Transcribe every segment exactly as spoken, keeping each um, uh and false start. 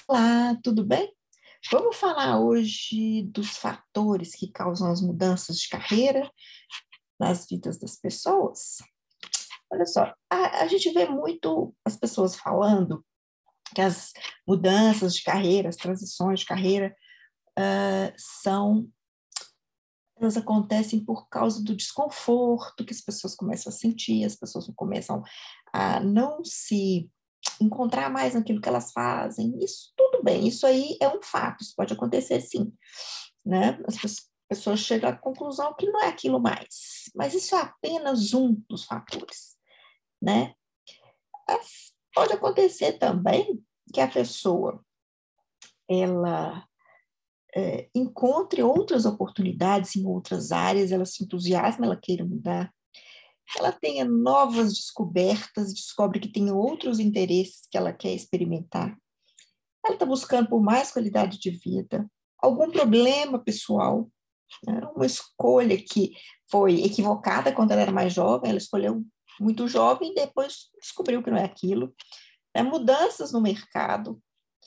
Olá, tudo bem? Vamos falar hoje dos fatores que causam as mudanças de carreira nas vidas das pessoas. Olha só, a, a gente vê muito as pessoas falando que as mudanças de carreira, as transições de carreira, uh, são, elas acontecem por causa do desconforto que as pessoas começam a sentir, as pessoas começam a não se encontrar mais naquilo que elas fazem. Isso tudo bem, isso aí é um fato, isso pode acontecer sim, né? As pessoas chegam à conclusão que não é aquilo mais, mas isso é apenas um dos fatores, né? Mas pode acontecer também que a pessoa ela é, encontre outras oportunidades em outras áreas, ela se entusiasma, ela queira mudar, ela tenha novas descobertas, descobre que tem outros interesses que ela quer experimentar. Ela está buscando por mais qualidade de vida, algum problema pessoal, né? Uma escolha que foi equivocada quando ela era mais jovem, ela escolheu muito jovem e depois descobriu que não é aquilo. É, mudanças no mercado,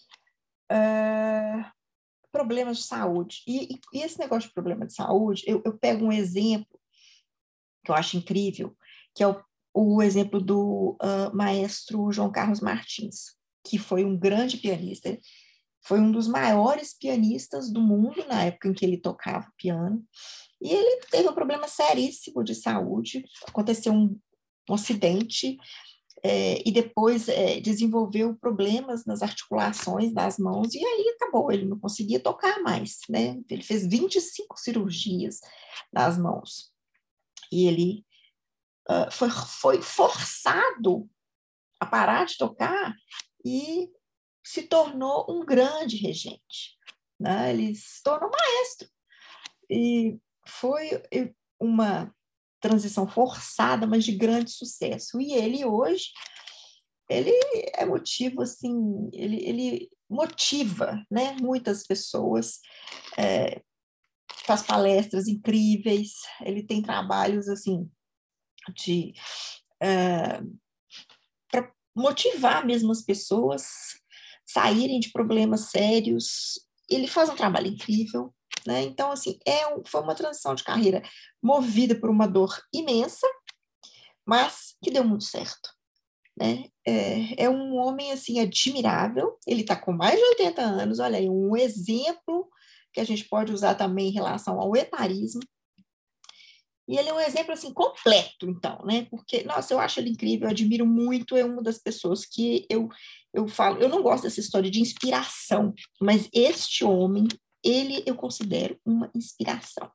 é, problemas de saúde. E, e, esse negócio de problema de saúde, eu, eu pego um exemplo que eu acho incrível, que é o, o exemplo do uh, maestro João Carlos Martins, que foi um grande pianista, foi um dos maiores pianistas do mundo na época em que ele tocava piano, e ele teve um problema seríssimo de saúde, aconteceu um, um acidente, é, e depois é, desenvolveu problemas nas articulações das mãos, e aí acabou, ele não conseguia tocar mais, né? Ele fez vinte e cinco cirurgias nas mãos, e ele uh, foi, foi forçado a parar de tocar e se tornou um grande regente, né? Ele se tornou maestro e foi uma transição forçada, mas de grande sucesso. E ele hoje, ele é motivo assim, ele, ele motiva, né, muitas pessoas, é, faz palestras incríveis, ele tem trabalhos assim de é, para motivar mesmo as pessoas saírem de problemas sérios. Ele faz um trabalho incrível, né? Então, assim, é um, foi uma transição de carreira movida por uma dor imensa, mas que deu muito certo, né? É, é um homem, assim, admirável. Ele está com mais de oitenta anos, olha aí, um exemplo que a gente pode usar também em relação ao etarismo. E ele é um exemplo, assim, completo, então, né? Porque, nossa, eu acho ele incrível, eu admiro muito, é uma das pessoas que eu, eu falo, eu não gosto dessa história de inspiração, mas este homem, ele eu considero uma inspiração.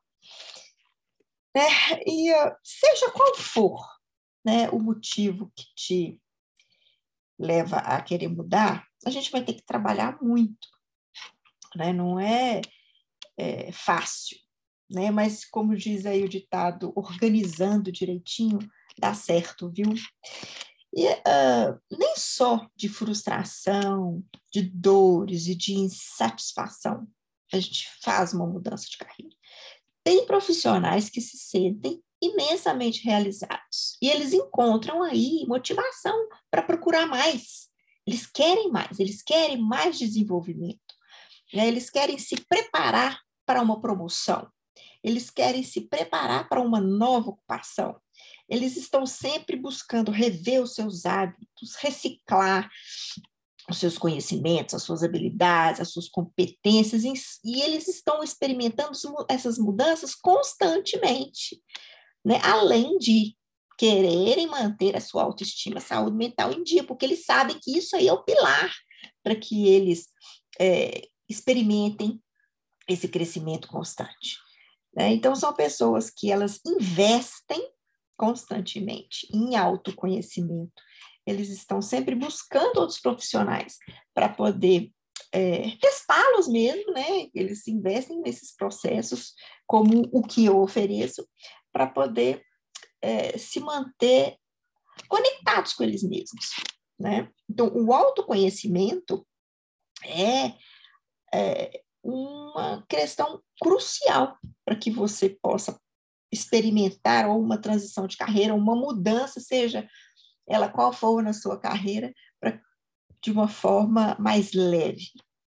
Né? E uh, seja qual for, né, o motivo que te leva a querer mudar, a gente vai ter que trabalhar muito, né? Não é, é fácil, né? Mas como diz aí o ditado, organizando direitinho, dá certo, viu? E uh, nem só de frustração, de dores e de insatisfação a gente faz uma mudança de carreira. Tem profissionais que se sentem imensamente realizados e eles encontram aí motivação para procurar mais. Eles querem mais, eles querem mais desenvolvimento, né? Eles querem se preparar para uma promoção, eles querem se preparar para uma nova ocupação. Eles estão sempre buscando rever os seus hábitos, reciclar os seus conhecimentos, as suas habilidades, as suas competências, e eles estão experimentando essas mudanças constantemente, né? Além de quererem manter a sua autoestima, a saúde mental em dia, porque eles sabem que isso aí é o pilar para que eles é, experimentem esse crescimento constante. Né? Então, são pessoas que elas investem constantemente em autoconhecimento. Eles estão sempre buscando outros profissionais para poder é, testá-los mesmo, né? Eles investem nesses processos, como o que eu ofereço, para poder é, se manter conectados com eles mesmos, né? Então, o autoconhecimento é, é uma questão crucial para que você possa experimentar ou uma transição de carreira, uma mudança, seja ela qual for na sua carreira, pra, de uma forma mais leve,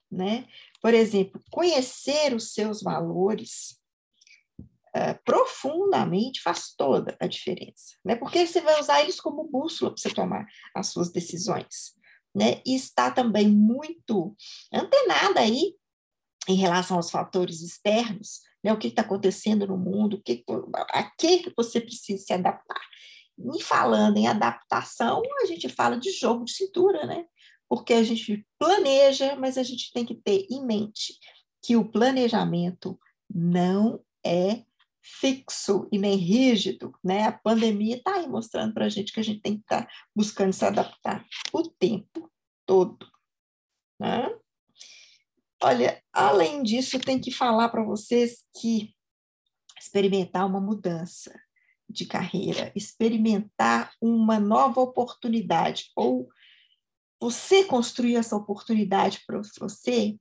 né? Por exemplo, conhecer os seus valores uh, profundamente faz toda a diferença, né? Porque você vai usar eles como bússola para você tomar as suas decisões, né? E está também muito antenada aí em relação aos fatores externos, né? O que está acontecendo no mundo, o que, a que você precisa se adaptar. E falando em adaptação, a gente fala de jogo de cintura, né? Porque a gente planeja, mas a gente tem que ter em mente que o planejamento não é fixo e nem rígido, né? A pandemia está aí mostrando para a gente que a gente tem que estar tá buscando se adaptar o tempo todo, né? Olha, além disso, tem que falar para vocês que experimentar uma mudança de carreira, experimentar uma nova oportunidade, ou você construir essa oportunidade para você,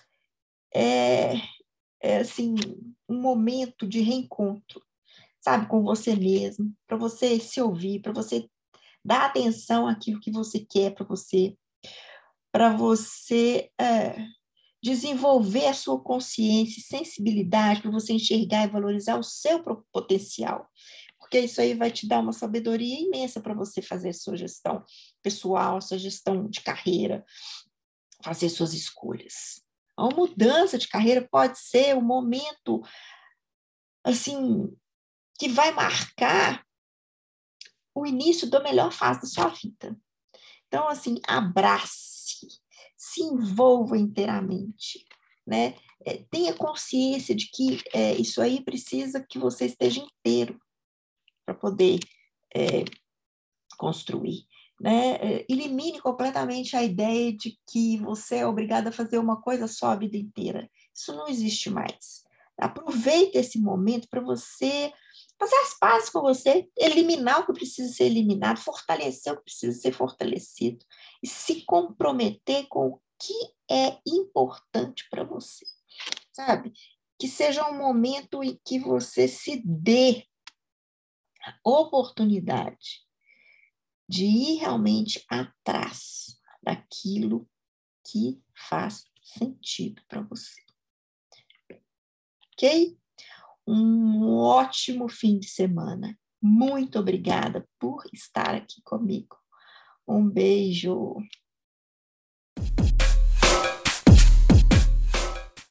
é, é assim, um momento de reencontro, sabe, com você mesmo, para você se ouvir, para você dar atenção àquilo que você quer para você, para você é, desenvolver a sua consciência e sensibilidade, para você enxergar e valorizar o seu potencial. Porque isso aí vai te dar uma sabedoria imensa para você fazer sua gestão pessoal, sua gestão de carreira, fazer suas escolhas. A mudança de carreira pode ser um momento, assim, que vai marcar o início da melhor fase da sua vida. Então, assim, abrace, se envolva inteiramente, né? É, tenha consciência de que é, isso aí precisa que você esteja inteiro para poder é, construir, né? Elimine completamente a ideia de que você é obrigado a fazer uma coisa só a vida inteira. Isso não existe mais. Aproveite esse momento para você fazer as pazes com você, eliminar o que precisa ser eliminado, fortalecer o que precisa ser fortalecido e se comprometer com o que é importante para você, sabe? Que seja um momento em que você se dê a oportunidade de ir realmente atrás daquilo que faz sentido para você. Ok? Um ótimo fim de semana. Muito obrigada por estar aqui comigo. Um beijo.